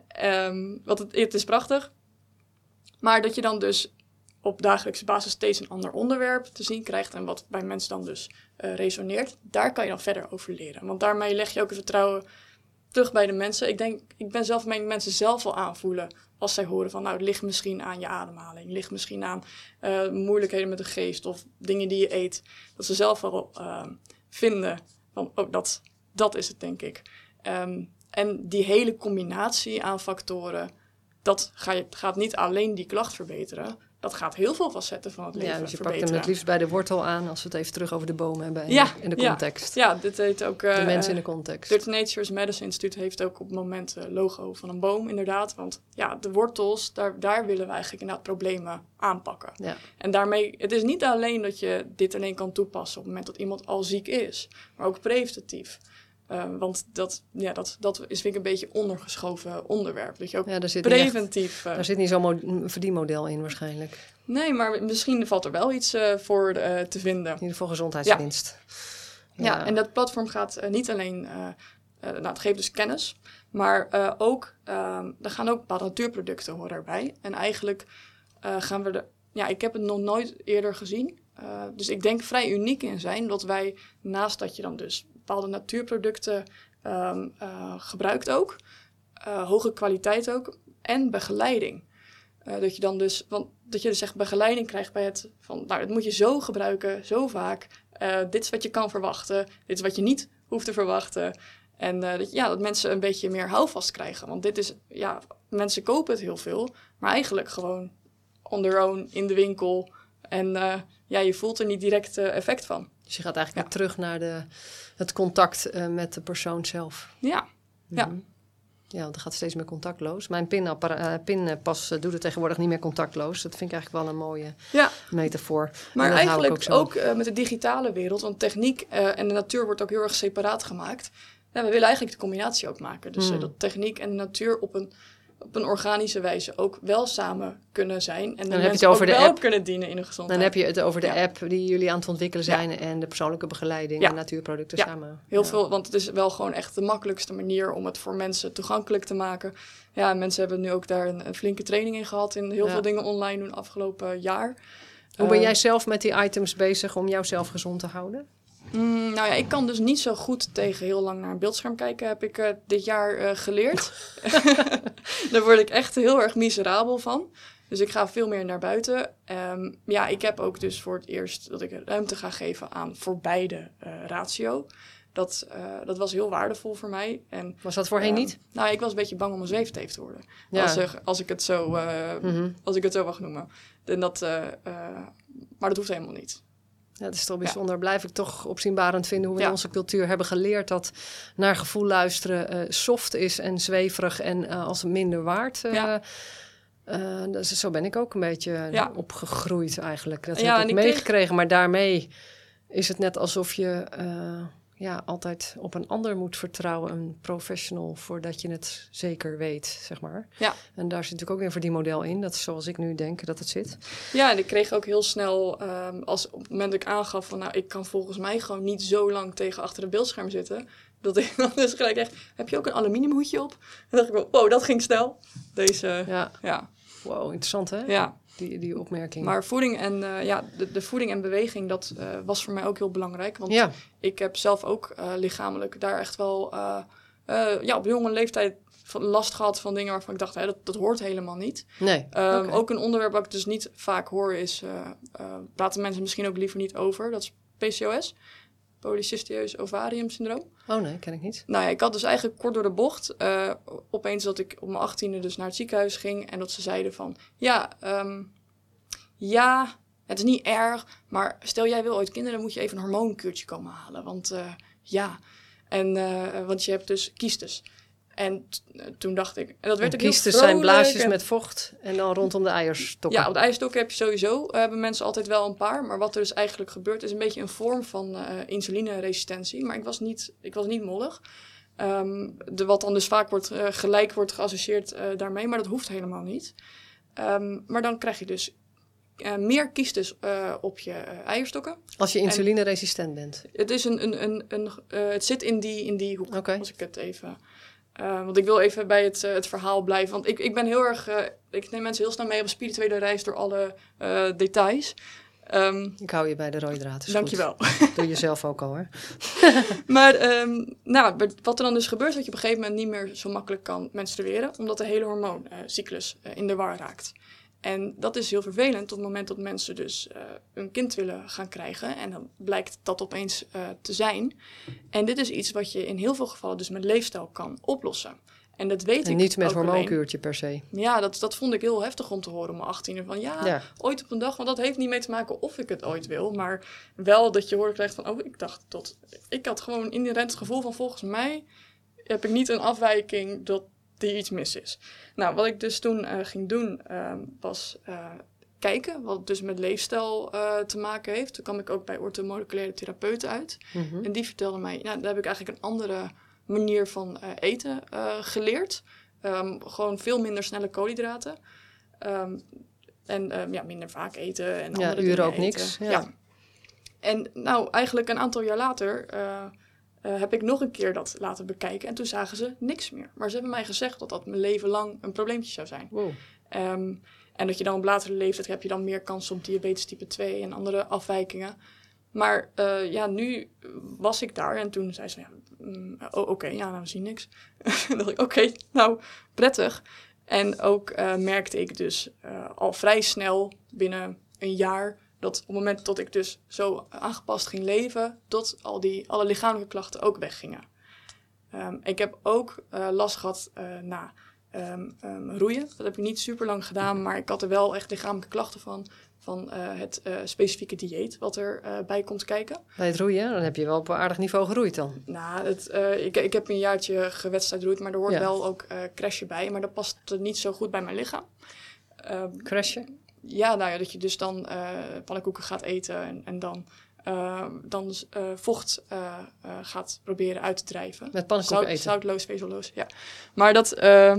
um, want het, het is prachtig. Maar dat je dan dus op dagelijkse basis steeds een ander onderwerp te zien krijgt en wat bij mensen dan dus uh, resoneert, daar kan je dan verder over leren. Want daarmee leg je ook het vertrouwen terug bij de mensen. Ik denk, ik ben zelf mening mensen zelf al aanvoelen als zij horen van, nou, het ligt misschien aan je ademhaling, het ligt misschien aan uh, moeilijkheden met de geest of dingen die je eet. Dat ze zelf al uh, vinden van, oh, dat, dat is het, denk ik. Um, en die hele combinatie aan factoren, dat ga je, gaat niet alleen die klacht verbeteren. Dat gaat heel veel facetten van het leven verbeteren. Ja, dus je verbeteren. Pakt hem het liefst bij de wortel aan, als we het even terug over de boom hebben in, ja, in de context. Ja, ja, dit heet ook... Uh, de mensen in de context. Het Nature's Medicine Instituut heeft ook op het moment een logo van een boom, inderdaad. Want ja, de wortels, daar, daar willen we eigenlijk inderdaad problemen aanpakken. Ja. En daarmee, het is niet alleen dat je dit alleen kan toepassen op het moment dat iemand al ziek is, maar ook preventief. Uh, want dat, ja, dat, dat is vind ik een beetje ondergeschoven onderwerp. Dat je ook ja, daar zit preventief... Echt, uh, daar zit niet zo'n mo- verdienmodel in waarschijnlijk. Nee, maar misschien valt er wel iets uh, voor uh, te vinden. In ieder geval gezondheidswinst. Ja, ja. ja en dat platform gaat uh, niet alleen... Uh, uh, nou, het geeft dus kennis. Maar uh, ook... Uh, er gaan ook bepaalde natuurproducten horen erbij. En eigenlijk uh, gaan we... De, ja, ik heb het nog nooit eerder gezien. Uh, dus ik denk vrij uniek in zijn. Dat wij, naast dat je dan dus... bepaalde natuurproducten um, uh, gebruikt ook. Uh, hoge kwaliteit ook. En begeleiding. Uh, dat je dan dus, want dat je dus echt begeleiding krijgt bij het van, nou, dat moet je zo gebruiken, zo vaak. Uh, dit is wat je kan verwachten. Dit is wat je niet hoeft te verwachten. En uh, dat, ja, dat mensen een beetje meer houvast krijgen. Want dit is, ja, mensen kopen het heel veel. Maar eigenlijk gewoon on their own in de winkel. En uh, ja, je voelt er niet direct uh, effect van. Dus je gaat eigenlijk ja. terug naar de, het contact uh, met de persoon zelf. Ja, mm-hmm. ja. Ja, want er gaat steeds meer contactloos. Mijn pinappara- uh, pinpas uh, doet het tegenwoordig niet meer contactloos. Dat vind ik eigenlijk wel een mooie ja. metafoor. Maar eigenlijk ook, ook uh, met de digitale wereld. Want techniek uh, en de natuur wordt ook heel erg separaat gemaakt. Ja, we willen eigenlijk de combinatie ook maken. Dus mm. uh, dat techniek en de natuur op een... op een organische wijze ook wel samen kunnen zijn. En dan heb je het over ook de wel app. Kunnen dienen in de gezondheid. Dan heb je het over de ja. app die jullie aan het ontwikkelen zijn... Ja. en de persoonlijke begeleiding ja. en natuurproducten ja. samen. Heel ja. veel, want het is wel gewoon echt de makkelijkste manier... om het voor mensen toegankelijk te maken. Ja, mensen hebben nu ook daar een, een flinke training in gehad... in heel ja. veel dingen online doen afgelopen jaar. Hoe ben uh, jij zelf met die items bezig om jouzelf gezond te houden? Mm, nou ja, ik kan dus niet zo goed tegen heel lang naar een beeldscherm kijken, heb ik uh, dit jaar uh, geleerd. Daar word ik echt heel erg miserabel van. Dus ik ga veel meer naar buiten. Um, ja, ik heb ook dus voor het eerst dat ik ruimte ga geven aan voor beide uh, ratio. Dat, uh, dat was heel waardevol voor mij. En, was dat voorheen uh, niet? Nou, ik was een beetje bang om een zweefteef te worden. Ja. Als, uh, als, ik het zo, uh, mm-hmm. als ik het zo mag noemen. En dat, uh, uh, maar dat hoeft helemaal niet. Ja, dat is toch bijzonder. Ja. Blijf ik toch opzienbarend vinden hoe we ja. in onze cultuur hebben geleerd dat naar gevoel luisteren uh, soft is en zweverig en uh, als minder waard. Uh, ja. uh, dus zo ben ik ook een beetje ja. opgegroeid eigenlijk. Dat ja, heb ik meegekregen, kreeg... maar daarmee is het net alsof je uh, ja, altijd op een ander moet vertrouwen, een professional, voordat je het zeker weet, zeg maar. Ja. En daar zit natuurlijk ook weer een verdienmodel in. Dat is zoals ik nu denk dat het zit. Ja, en ik kreeg ook heel snel, um, als op het moment dat ik aangaf van, nou, ik kan volgens mij gewoon niet zo lang tegen achter het beeldscherm zitten. Dat ik dan dus gelijk echt, heb je ook een aluminiumhoedje op? En dacht ik, wel, wow, dat ging snel. Deze, Ja. ja. Wow, interessant hè? Ja. Die, die opmerking. Maar voeding en, uh, ja, de, de voeding en beweging, dat uh, was voor mij ook heel belangrijk. Want ja. ik heb zelf ook uh, lichamelijk daar echt wel, uh, uh, ja, op jonge leeftijd van last gehad van dingen waarvan ik dacht, hè, dat, dat hoort helemaal niet. Nee. Um, okay. Ook een onderwerp wat ik dus niet vaak hoor is, uh, uh, praten mensen misschien ook liever niet over. Dat is P C O S. Polycysticus ovarium syndroom. Oh nee, ken ik niet. Nou ja, ik had dus eigenlijk kort door de bocht uh, opeens dat ik op mijn achttiende dus naar het ziekenhuis ging en dat ze zeiden van, ja, um, ja, het is niet erg, maar stel jij wil ooit kinderen, dan moet je even een hormoonkuurtje komen halen, want uh, ja, en uh, want je hebt dus kiestes. En t- uh, toen dacht ik... En dat werd ook heel kiestes vrolijk. zijn blaasjes en... met vocht en dan rondom de eierstokken. Ja, op de eierstokken heb je sowieso, uh, hebben mensen altijd wel een paar. Maar wat er dus eigenlijk gebeurt, is een beetje een vorm van uh, insulineresistentie. Maar ik was niet, ik was niet mollig. Um, de, wat dan dus vaak wordt, uh, gelijk wordt geassocieerd uh, daarmee, maar dat hoeft helemaal niet. Um, maar dan krijg je dus uh, meer kiestes uh, op je uh, eierstokken. Als je insulineresistent bent? Het, is een, een, een, een, uh, het zit in die, in die hoek, okay. als ik het even... Uh, want ik wil even bij het, uh, het verhaal blijven. Want ik, ik ben heel erg... Uh, ik neem mensen heel snel mee op een spirituele reis door alle uh, details. Um, ik hou je bij de rode draad. Dankjewel. Doe je zelf ook al hoor. maar um, nou, wat er dan dus gebeurt... is dat je op een gegeven moment niet meer zo makkelijk kan menstrueren. Omdat de hele hormooncyclus uh, in de war raakt. En dat is heel vervelend op het moment dat mensen dus uh, een kind willen gaan krijgen. En dan blijkt dat opeens uh, te zijn. En dit is iets wat je in heel veel gevallen dus met leefstijl kan oplossen. En dat weet en ik niet met ook hormoonkuurtje per se. Ja, dat, dat vond ik heel heftig om te horen op mijn achttiende. Van ja, ja, ooit op een dag. Want dat heeft niet mee te maken of ik het ooit wil. Maar wel dat je horen krijgt van... Oh, ik dacht tot... Ik had gewoon inherent het gevoel van volgens mij... heb ik niet een afwijking dat die iets mis is. Nou, wat ik dus toen uh, ging doen, uh, was uh, kijken, wat dus met leefstijl uh, te maken heeft. Toen kwam ik ook bij orthomoleculaire therapeuten uit. Mm-hmm. En die vertelde mij, nou, daar heb ik eigenlijk een andere manier van uh, eten uh, geleerd. Um, gewoon veel minder snelle koolhydraten. Um, en um, ja, minder vaak eten en ja, andere uren dingen ook eten. niks. Ja. ja. En nou, eigenlijk een aantal jaar later... Uh, Uh, heb ik nog een keer dat laten bekijken. En toen zagen ze niks meer. Maar ze hebben mij gezegd dat dat mijn leven lang een probleempje zou zijn. Wow. Um, en dat je dan op latere leeftijd heb je dan meer kans op diabetes type twee en andere afwijkingen. Maar uh, ja, nu was ik daar en toen zei ze, ja, mm, oh, oké, okay, ja, nou, we zien niks. Dan dacht ik, oké, okay, nou, prettig. En ook uh, merkte ik dus uh, al vrij snel binnen een jaar... dat op het moment dat ik dus zo aangepast ging leven... tot al die, alle lichamelijke klachten ook weggingen. Um, ik heb ook uh, last gehad uh, na um, um, roeien. Dat heb ik niet super lang gedaan... maar ik had er wel echt lichamelijke klachten van... van uh, het uh, specifieke dieet wat er uh, bij komt kijken. Bij het roeien, dan heb je wel op een aardig niveau geroeid dan. Nou, het, uh, ik, ik heb een jaartje gewedstrijdroeid... maar er hoort ja. wel ook uh, crashen bij... maar dat past niet zo goed bij mijn lichaam. Uh, crashen? Ja, nou ja, dat je dus dan uh, pannenkoeken gaat eten en, en dan, uh, dan uh, vocht uh, uh, gaat proberen uit te drijven. Met pannenkoeken Zout, eten? Zoutloos, vezelloos, ja. Maar dat, uh,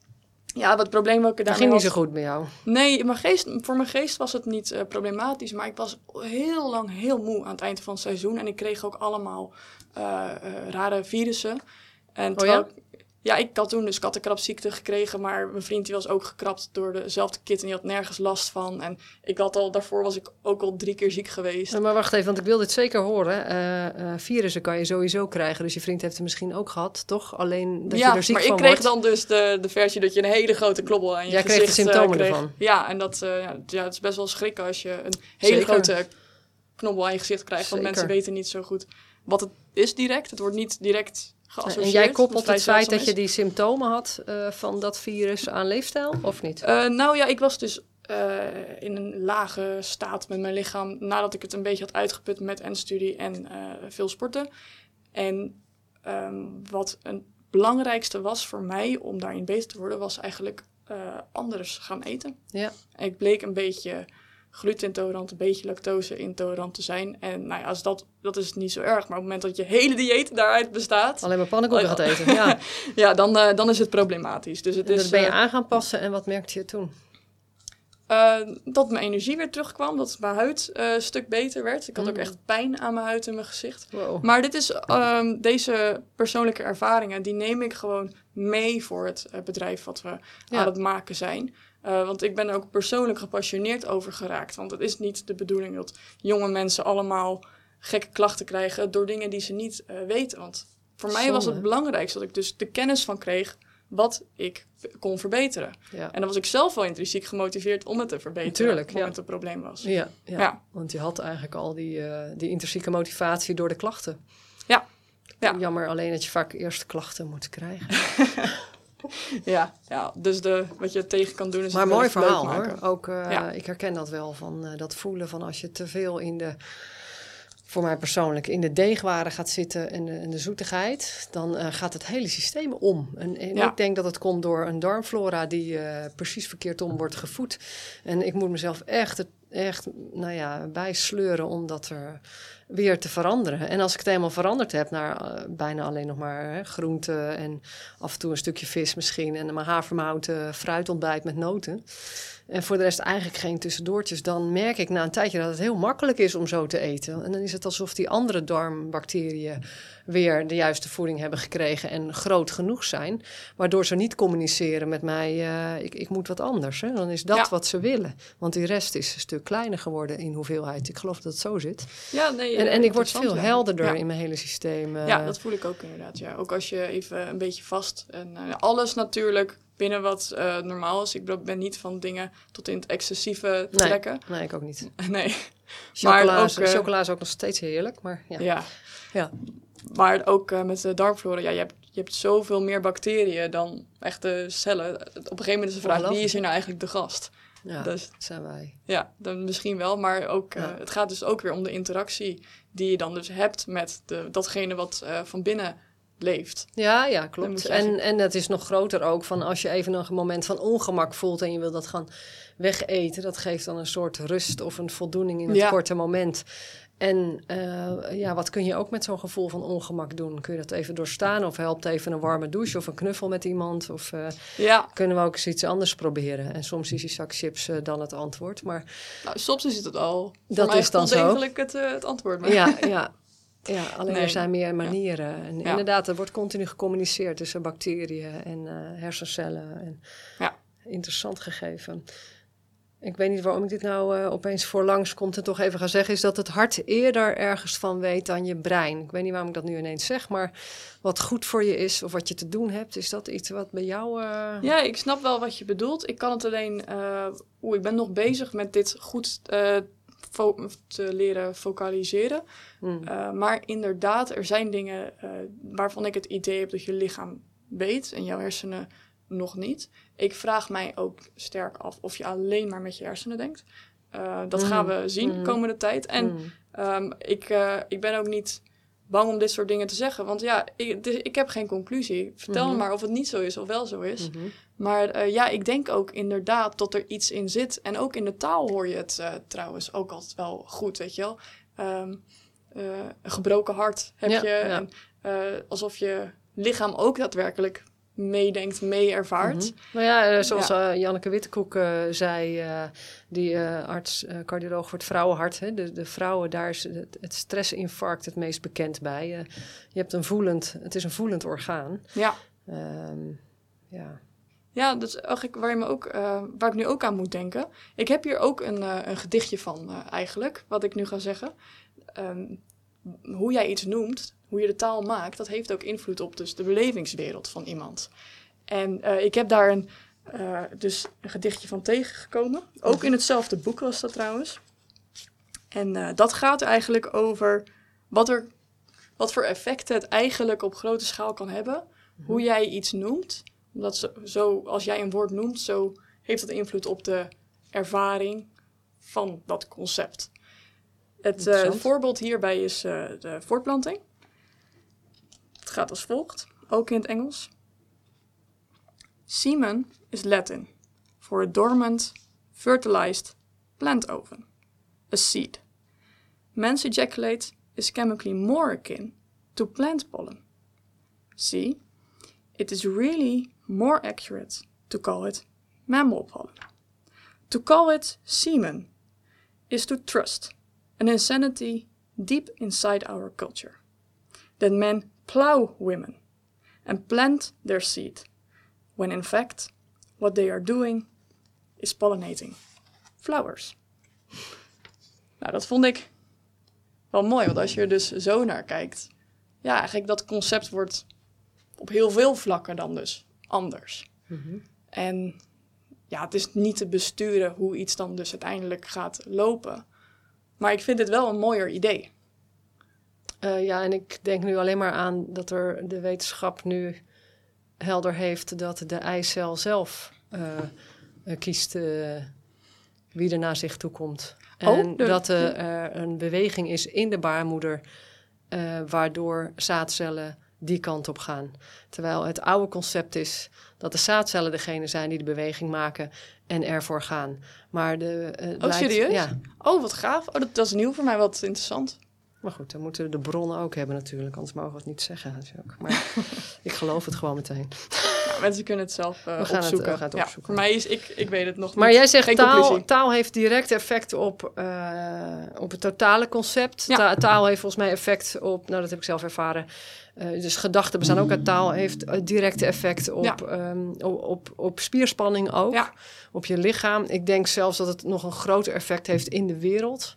ja, wat probleem welke daarmee ging was... niet zo goed bij jou? Nee, mijn geest, voor mijn geest was het niet uh, problematisch, maar ik was heel lang heel moe aan het eind van het seizoen. En ik kreeg ook allemaal uh, uh, rare virussen. En oh ja? Ja, ik had toen dus kattenkrabziekte gekregen, maar mijn vriend die was ook gekrapt door dezelfde kit en die had nergens last van. En ik had al, daarvoor was ik ook al drie keer ziek geweest. Ja, maar wacht even, want ik wil dit zeker horen. Uh, uh, virussen kan je sowieso krijgen, dus je vriend heeft het misschien ook gehad, toch? Alleen dat ja, je er ziek van wordt. Ja, maar ik kreeg dan dus de, de versie dat je een hele grote knobbel aan je Jij gezicht kreeg de symptomen uh, kreeg. ervan? Ja, en dat uh, ja, ja, het is best wel schrikken als je een hele zeker. grote knobbel aan je gezicht krijgt. Zeker. Want mensen weten niet zo goed wat het is direct. Het wordt niet direct... En jij koppelt het feit dat je die symptomen had uh, van dat virus aan leefstijl, of niet? Uh, nou ja, ik was dus uh, in een lage staat met mijn lichaam... nadat ik het een beetje had uitgeput met N-studie en uh, veel sporten. En um, wat het belangrijkste was voor mij om daarin beter te worden... was eigenlijk uh, anders gaan eten. Ja. En ik bleek een beetje... glutenintolerant, een beetje lactose-intolerant te zijn. En nou ja, als dat, dat is niet zo erg. Maar op het moment dat je hele dieet daaruit bestaat... Alleen maar pannenkoeken gaat eten, ja. ja, dan, uh, dan is het problematisch. Dus het en is, dat ben je uh, aan gaan passen en wat merkte je toen? Uh, dat mijn energie weer terugkwam, dat mijn huid uh, een stuk beter werd. Ik had mm. ook echt pijn aan mijn huid en mijn gezicht. Wow. Maar dit is, um, deze persoonlijke ervaringen, die neem ik gewoon mee voor het uh, bedrijf wat we ja. aan het maken zijn. Uh, want ik ben er ook persoonlijk gepassioneerd over geraakt. Want het is niet de bedoeling dat jonge mensen allemaal gekke klachten krijgen door dingen die ze niet uh, weten. Want voor mij Zonde. was het belangrijkste dat ik dus de kennis van kreeg wat ik kon verbeteren. Ja. En dan was ik zelf wel intrinsiek gemotiveerd om het te verbeteren. Tuurlijk, omdat ja. het een probleem was. Ja, ja. ja, want je had eigenlijk al die, uh, die intrinsieke motivatie door de klachten. Ja. ja. Jammer alleen dat je vaak eerst klachten moet krijgen. ja, ja, dus de, wat je tegen kan doen is... Maar het mooi verhaal hoor. Ook, uh, ja. ik herken dat wel, van uh, dat voelen van als je te veel in de... Voor mij persoonlijk, in de deegwaren gaat zitten en de, en de zoetigheid, dan uh, gaat het hele systeem om. En, en ja. ik denk dat het komt door een darmflora die uh, precies verkeerd om wordt gevoed. En ik moet mezelf echt, echt nou ja, bijsleuren om dat er weer te veranderen. En als ik het helemaal veranderd heb naar uh, bijna alleen nog maar hè, groenten en af en toe een stukje vis misschien en mijn havermouten fruitontbijt met noten. En voor de rest eigenlijk geen tussendoortjes. Dan merk ik na een tijdje dat het heel makkelijk is om zo te eten. En dan is het alsof die andere darmbacteriën weer de juiste voeding hebben gekregen en groot genoeg zijn. Waardoor ze niet communiceren met mij, uh, ik, ik moet wat anders. Hè? Dan is dat ja. wat ze willen. Want die rest is een stuk kleiner geworden in hoeveelheid. Ik geloof dat het zo zit. Ja, nee, en, en ik word veel ja. helderder ja. in mijn hele systeem. Uh, ja, dat voel ik ook inderdaad. Ja. Ook als je even een beetje vast... En uh, alles natuurlijk... binnen wat uh, normaal is. Ik ben niet van dingen tot in het excessieve trekken. Nee, nee ik ook niet. nee. Chocola, maar ook, uh, chocola is ook nog steeds heerlijk, maar ja. Ja. ja. Maar ook uh, met de darmflora, ja, je hebt, je hebt zoveel meer bacteriën dan echte cellen. Op een gegeven moment is de vraag, wie is hier nou eigenlijk de gast? Ja, dus, dat zijn wij. Ja, dan misschien wel, maar ook, uh, ja. het gaat dus ook weer om de interactie die je dan dus hebt met de, datgene wat uh, van binnen leeft. Ja, ja, klopt. Eigenlijk... En, en het is nog groter ook van als je even een moment van ongemak voelt en je wil dat gaan wegeten, dat geeft dan een soort rust of een voldoening in het ja. korte moment. En uh, ja, wat kun je ook met zo'n gevoel van ongemak doen? Kun je dat even doorstaan of helpt even een warme douche of een knuffel met iemand? Of uh, ja. kunnen we ook eens iets anders proberen? En soms is die zak chips uh, dan het antwoord. Maar nou, soms is het al. Dat is dan zo. Degelijk het, uh, het antwoord. Maar. Ja, ja. Ja, alleen nee. er zijn meer manieren. Ja. En ja. inderdaad, er wordt continu gecommuniceerd tussen bacteriën en uh, hersencellen. En ja. Interessant gegeven. Ik weet niet waarom ik dit nou uh, opeens voorlangs komt en toch even ga zeggen, is dat het hart eerder ergens van weet dan je brein. Ik weet niet waarom ik dat nu ineens zeg, maar wat goed voor je is of wat je te doen hebt, is dat iets wat bij jou... Uh... Ja, ik snap wel wat je bedoelt. Ik kan het alleen... Uh, oeh, ik ben nog bezig met dit goed uh, fo- te leren focaliseren. Hmm. Uh, maar inderdaad, er zijn dingen uh, waarvan ik het idee heb dat je lichaam weet en jouw hersenen nog niet. Ik vraag mij ook sterk af of je alleen maar met je hersenen denkt. Uh, dat mm. gaan we zien de komende tijd. En mm. um, ik, uh, ik ben ook niet bang om dit soort dingen te zeggen. Want ja, ik, dus, ik heb geen conclusie. Vertel mm-hmm. me maar of het niet zo is of wel zo is. Mm-hmm. Maar uh, ja, ik denk ook inderdaad dat er iets in zit. En ook in de taal hoor je het uh, trouwens ook altijd wel goed, weet je wel. Um, uh, een gebroken hart heb ja, je. Ja. En, uh, alsof je lichaam ook daadwerkelijk meedenkt, mee ervaart. Mm-hmm. Nou ja, uh, zoals ja. Uh, Janneke Wittekoek uh, zei, uh, die uh, arts, uh, cardioloog voor het vrouwenhart. Hè, de, de vrouwen, daar is het, het stressinfarct het meest bekend bij. Uh, je hebt een voelend, het is een voelend orgaan. Ja. Um, ja. Ja, dat is eigenlijk waar, je me ook, uh, waar ik nu ook aan moet denken. Ik heb hier ook een, uh, een gedichtje van uh, eigenlijk, wat ik nu ga zeggen. Um, hoe jij iets noemt, hoe je de taal maakt, dat heeft ook invloed op dus de belevingswereld van iemand. En uh, ik heb daar een, uh, dus een gedichtje van tegengekomen. Ook in hetzelfde boek was dat trouwens. En uh, dat gaat eigenlijk over wat, er, wat voor effecten het eigenlijk op grote schaal kan hebben. Mm-hmm. Hoe jij iets noemt. Omdat zo, zo, als jij een woord noemt, zo heeft dat invloed op de ervaring van dat concept. Het uh, voorbeeld hierbij is uh, de voortplanting. Het gaat als volgt, ook in het Engels. Semen is Latin for a dormant, fertilized plant ovum, a seed. Man's ejaculate is chemically more akin to plant pollen. See, it is really more accurate to call it mammal pollen. To call it semen is to trust an insanity deep inside our culture. That men plow women and plant their seed, when in fact what they are doing is pollinating flowers. Nou, dat vond ik wel mooi, want als je er dus zo naar kijkt, ja, eigenlijk dat concept wordt op heel veel vlakken dan dus anders. Mm-hmm. En ja, het is niet te besturen hoe iets dan dus uiteindelijk gaat lopen. Maar ik vind het wel een mooier idee. Uh, ja, en ik denk nu alleen maar aan dat er de wetenschap nu helder heeft dat de eicel zelf uh, uh, kiest uh, wie er naar zich toe komt. Oh, en de, dat er uh, een beweging is in de baarmoeder uh, waardoor zaadcellen die kant op gaan. Terwijl het oude concept is dat de zaadcellen degene zijn die de beweging maken en ervoor gaan. Maar de, uh, oh, lijkt, serieus? Ja. Oh, wat gaaf. Oh, dat, dat is nieuw voor mij, wat interessant. Maar goed, dan moeten we de bronnen ook hebben natuurlijk. Anders mogen we het niet zeggen natuurlijk. Maar ik geloof het gewoon meteen. Ja, mensen kunnen het zelf uh, we gaan opzoeken. Het, we gaan het opzoeken. Ja, voor mij is, ik, ik weet het nog maar niet. jij zegt Geen taal, taal heeft direct effect op, uh, op het totale concept. Ja. Ta- taal heeft volgens mij effect op, nou dat heb ik zelf ervaren. Uh, dus gedachten bestaan ook uit taal. Heeft uh, direct effect op, ja. um, op, op, op spierspanning ook. Ja. Op je lichaam. Ik denk zelfs dat het nog een groter effect heeft in de wereld.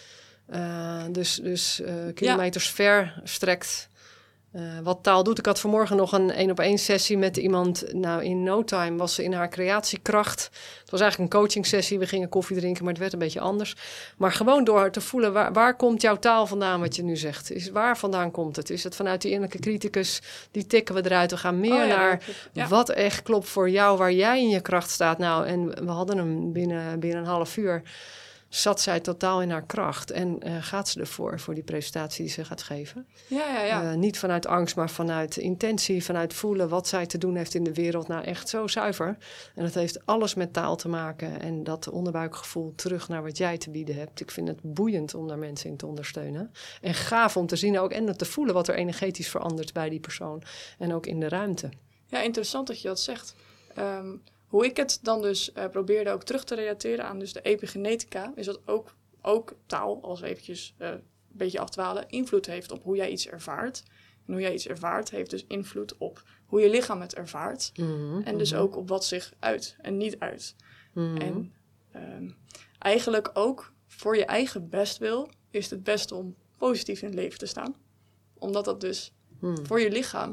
Uh, dus dus uh, kilometers ja. ver strekt uh, wat taal doet. Ik had vanmorgen nog een één-op-één sessie met iemand. Nou, in no time was ze in haar creatiekracht. Het was eigenlijk een coaching sessie. We gingen koffie drinken, maar het werd een beetje anders. Maar gewoon door te voelen, waar, waar komt jouw taal vandaan wat je nu zegt? Is, waar vandaan komt het? Is het vanuit die innerlijke criticus? Die tikken we eruit. We gaan meer oh, ja, naar ja. wat echt klopt voor jou, waar jij in je kracht staat. Nou, en we hadden hem binnen, binnen een half uur. Zat zij totaal in haar kracht en uh, gaat ze ervoor, voor die presentatie die ze gaat geven. Ja, ja, ja. Uh, niet vanuit angst, maar vanuit intentie, vanuit voelen wat zij te doen heeft in de wereld. Nou, echt zo zuiver. En dat heeft alles met taal te maken en dat onderbuikgevoel terug naar wat jij te bieden hebt. Ik vind het boeiend om daar mensen in te ondersteunen. En gaaf om te zien ook en te voelen wat er energetisch verandert bij die persoon en ook in de ruimte. Ja, interessant dat je dat zegt. Um, Hoe ik het dan dus uh, probeerde ook terug te relateren aan dus de epigenetica, is dat ook, ook taal, als we eventjes uh, een beetje afdwalen, invloed heeft op hoe jij iets ervaart. En hoe jij iets ervaart heeft dus invloed op hoe je lichaam het ervaart. Mm-hmm, en dus mm-hmm. ook op wat zich uit en niet uit. Mm-hmm. En um, eigenlijk ook voor je eigen bestwil is het het beste om positief in het leven te staan. Omdat dat dus mm. voor je lichaam...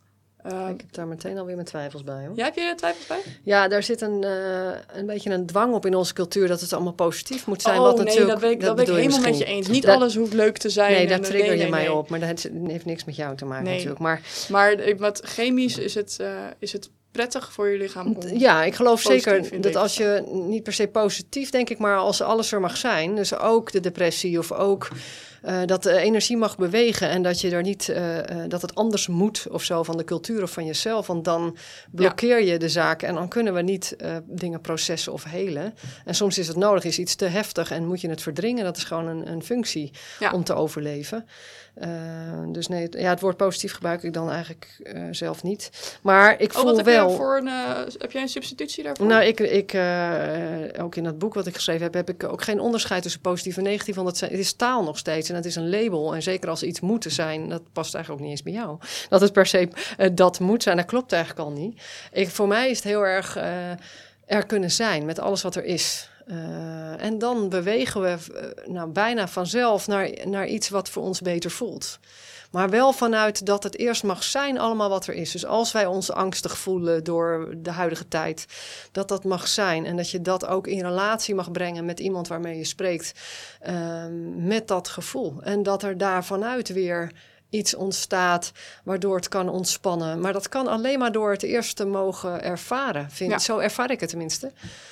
Uh, ik heb daar meteen alweer mijn twijfels bij, hoor. Ja, heb je er twijfels bij? Ja, daar zit een, uh, een beetje een dwang op in onze cultuur dat het allemaal positief moet zijn. Oh, wat nee, natuurlijk, dat ben ik, dat ben ik helemaal met je eens. Niet dat, alles hoeft leuk te zijn. Nee, daar trigger nee, je nee, mij nee. op. Maar dat heeft niks met jou te maken, nee. natuurlijk. Maar, maar wat chemisch is het, uh, is het prettig voor je lichaam om ja, ik geloof zeker dat als je niet per se positief, denk ik, maar als alles er mag zijn, dus ook de depressie of ook uh, dat de energie mag bewegen en dat je er niet, uh, uh, dat het anders moet of zo van de cultuur of van jezelf, want dan blokkeer je de zaak en dan kunnen we niet uh, dingen processen of helen. En soms is het nodig, is iets te heftig en moet je het verdringen. Dat is gewoon een, een functie ja. om te overleven. Uh, dus nee, ja, het woord positief gebruik ik dan eigenlijk uh, zelf niet. Maar ik oh, voel wat wel... Heb, voor een, uh, heb jij een substitutie daarvoor? Nou, ik, ik uh, ook in dat boek wat ik geschreven heb, heb ik ook geen onderscheid tussen positief en negatief. Want het, zijn, het is taal nog steeds en het is een label. En zeker als iets moet zijn, dat past eigenlijk ook niet eens bij jou. Dat het per se uh, dat moet zijn, dat klopt eigenlijk al niet. Ik, voor mij is het heel erg uh, er kunnen zijn met alles wat er is. Uh, en dan bewegen we uh, nou, bijna vanzelf naar, naar iets wat voor ons beter voelt. Maar wel vanuit dat het eerst mag zijn allemaal wat er is. Dus als wij ons angstig voelen door de huidige tijd, dat dat mag zijn. En dat je dat ook in relatie mag brengen met iemand waarmee je spreekt. Uh, met dat gevoel. En dat er daar vanuit weer iets ontstaat waardoor het kan ontspannen. Maar dat kan alleen maar door het eerst te mogen ervaren. Vind, ja. Zo ervaar ik het tenminste.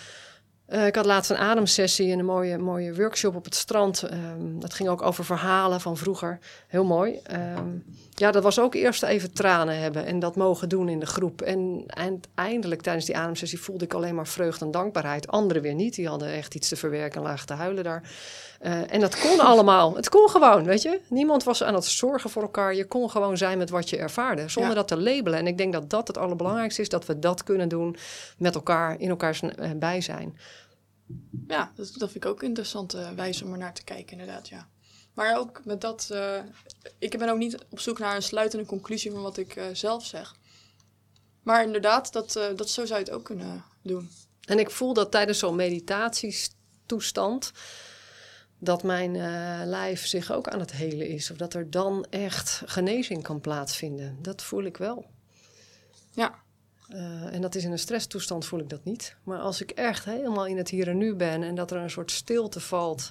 Uh, ik had laatst een ademsessie en een mooie, mooie workshop op het strand. Um, dat ging ook over verhalen van vroeger. Heel mooi. Um, ja, dat was ook eerst even tranen hebben en dat mogen doen in de groep. En uiteindelijk tijdens die ademsessie voelde ik alleen maar vreugde en dankbaarheid. Anderen weer niet. Die hadden echt iets te verwerken en lagen te huilen daar. Uh, en dat kon allemaal. Het kon gewoon, weet je. Niemand was aan het zorgen voor elkaar. Je kon gewoon zijn met wat je ervaarde, zonder ja. dat te labelen. En ik denk dat dat het allerbelangrijkste is, dat we dat kunnen doen met elkaar, in elkaars uh, bijzijn. Ja, dat, dat vind ik ook een interessante wijze om er naar te kijken, inderdaad, ja. Maar ook met dat, uh, ik ben ook niet op zoek naar een sluitende conclusie van wat ik uh, zelf zeg. Maar inderdaad, dat, uh, dat zo zou je het ook kunnen doen. En ik voel dat tijdens zo'n meditatietoestand, dat mijn uh, lijf zich ook aan het helen is. Of dat er dan echt genezing kan plaatsvinden. Dat voel ik wel. Ja. Uh, en dat is in een stresstoestand voel ik dat niet. Maar als ik echt helemaal in het hier en nu ben en dat er een soort stilte valt,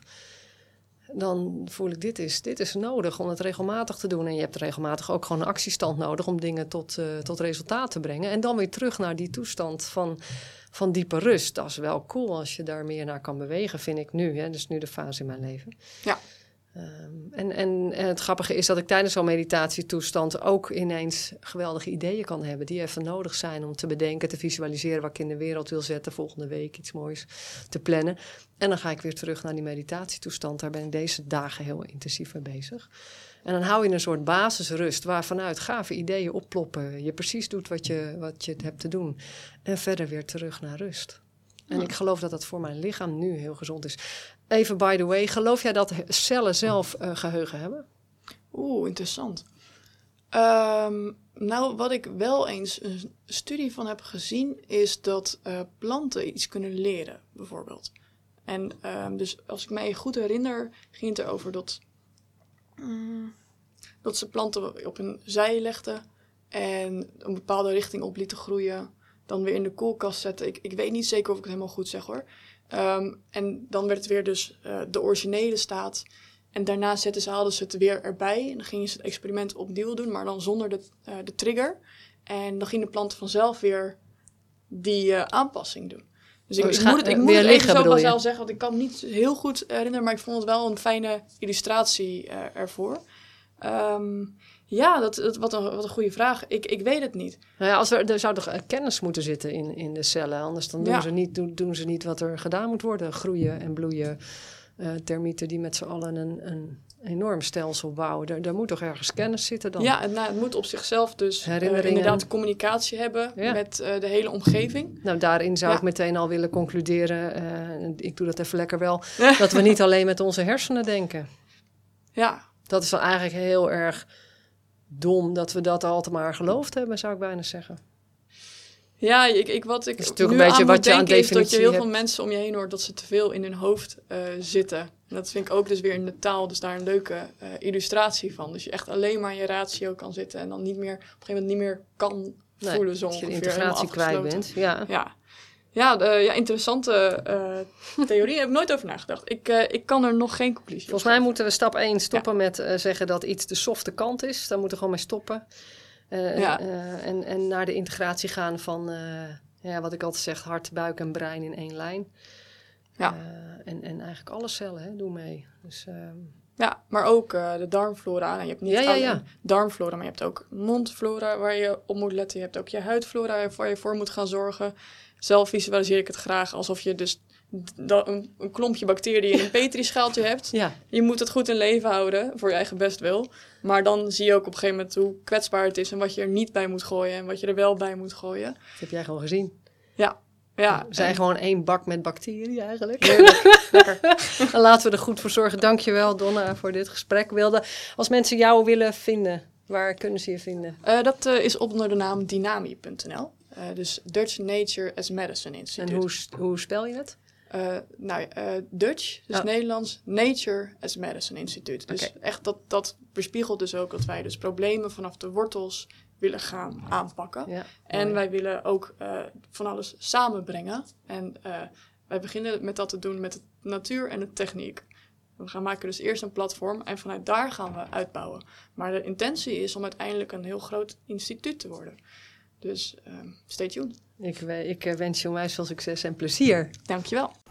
dan voel ik, dit is, dit is nodig om het regelmatig te doen. En je hebt regelmatig ook gewoon een actiestand nodig om dingen tot, uh, tot resultaat te brengen. En dan weer terug naar die toestand van, van diepe rust. Dat is wel cool als je daar meer naar kan bewegen, vind ik nu. Hè? Dat is nu de fase in mijn leven. Ja. Um, en, en, en het grappige is dat ik tijdens zo'n meditatietoestand ook ineens geweldige ideeën kan hebben die even nodig zijn om te bedenken, te visualiseren wat ik in de wereld wil zetten, volgende week iets moois te plannen. En dan ga ik weer terug naar die meditatietoestand. Daar ben ik deze dagen heel intensief mee bezig. En dan hou je een soort basisrust waar vanuit gave ideeën opploppen. Je precies doet wat je, wat je hebt te doen. En verder weer terug naar rust. En ik geloof dat dat voor mijn lichaam nu heel gezond is. Even by the way, geloof jij dat cellen zelf uh, geheugen hebben? Oeh, interessant. Um, nou, wat ik wel eens een studie van heb gezien, is dat uh, planten iets kunnen leren, bijvoorbeeld. En um, dus als ik mij goed herinner, ging het erover dat, um, dat ze planten op hun zij legden en een bepaalde richting op lieten groeien. Dan weer in de koelkast zetten. Ik, ik weet niet zeker of ik het helemaal goed zeg hoor. Um, en dan werd het weer dus uh, de originele staat. En daarna zetten ze, haalden ze het weer erbij. En dan gingen ze het experiment opnieuw doen, maar dan zonder de, uh, de trigger. En dan ging de plant vanzelf weer die uh, aanpassing doen. Dus ik, oh, ik ga, moet het, ik uh, moet het liggen, even zo zelf zeggen, want ik kan het niet heel goed herinneren. Maar ik vond het wel een fijne illustratie uh, ervoor. Um, ja, dat, dat, wat, een, wat een goede vraag. Ik, ik weet het niet. Nou ja, als er, er zou toch kennis moeten zitten in, in de cellen. Anders dan doen, ja. ze niet, doen, doen ze niet wat er gedaan moet worden. Groeien en bloeien. Uh, termieten die met z'n allen een, een enorm stelsel bouwen. Daar, daar moet toch ergens kennis zitten dan? Ja, het, nou, het moet op zichzelf dus uh, inderdaad communicatie hebben ja. met uh, de hele omgeving. Nou, daarin zou ja. ik meteen al willen concluderen, uh, ik doe dat even lekker wel, dat we niet alleen met onze hersenen denken. Ja. Dat is dan eigenlijk heel erg dom dat we dat altijd maar geloofd hebben, zou ik bijna zeggen. Ja, ik, ik, wat ik dat is natuurlijk een beetje wat je aan definitie is dat je heel hebt. veel mensen om je heen hoort dat ze te veel in hun hoofd uh, zitten. En dat vind ik ook dus weer in de taal, dus daar een leuke uh, illustratie van. Dus je echt alleen maar in je ratio kan zitten en dan niet meer, op een gegeven moment niet meer kan nee, voelen zo dat je de ongeveer. integratie kwijt bent. Ja, ja. Ja, de, ja, interessante uh, theorie. Daar heb ik nooit over nagedacht. Ik, uh, ik kan er nog geen conclusie Volgens mij moeten we stap één stoppen ja. met uh, zeggen dat iets de softe kant is. Daar moeten we gewoon mee stoppen. Uh, ja. uh, en, en naar de integratie gaan van, uh, ja, wat ik altijd zeg, hart, buik en brein in één lijn. Ja. Uh, en, en eigenlijk alle cellen, hè, doe mee. Dus, uh, ja, maar ook uh, de darmflora. En je hebt niet ja, ja, alleen ja. darmflora, maar je hebt ook mondflora waar je op moet letten. Je hebt ook je huidflora waar je voor moet gaan zorgen. Zelf visualiseer ik het graag alsof je dus een, een klompje bacteriën in een petrischaaltje hebt. Ja. Je moet het goed in leven houden, voor je eigen bestwil. Maar dan zie je ook op een gegeven moment hoe kwetsbaar het is en wat je er niet bij moet gooien en wat je er wel bij moet gooien. Dat heb jij gewoon gezien. Ja. Ja, we zijn en... gewoon één bak met bacteriën eigenlijk. Heerlijk, lekker. Dan laten we er goed voor zorgen. Dankjewel Donna voor dit gesprek. Wilde, als mensen jou willen vinden, waar kunnen ze je vinden? Uh, dat uh, is onder de naam dynami punt n l. Uh, dus Dutch Nature as Medicine Institute. En hoe, hoe spel je het? Uh, nou, uh, Dutch, dus oh. Nederlands, Nature as Medicine Institute. Dus okay. echt dat, dat weerspiegelt dus ook dat wij dus problemen vanaf de wortels willen gaan aanpakken. Ja, en mooi. Wij willen ook uh, van alles samenbrengen. En uh, wij beginnen met dat te doen met de natuur en de techniek. We gaan maken dus eerst een platform en vanuit daar gaan we uitbouwen. Maar de intentie is om uiteindelijk een heel groot instituut te worden. Dus uh, stay tuned. Ik, ik wens je onwijs veel succes en plezier. Dankjewel.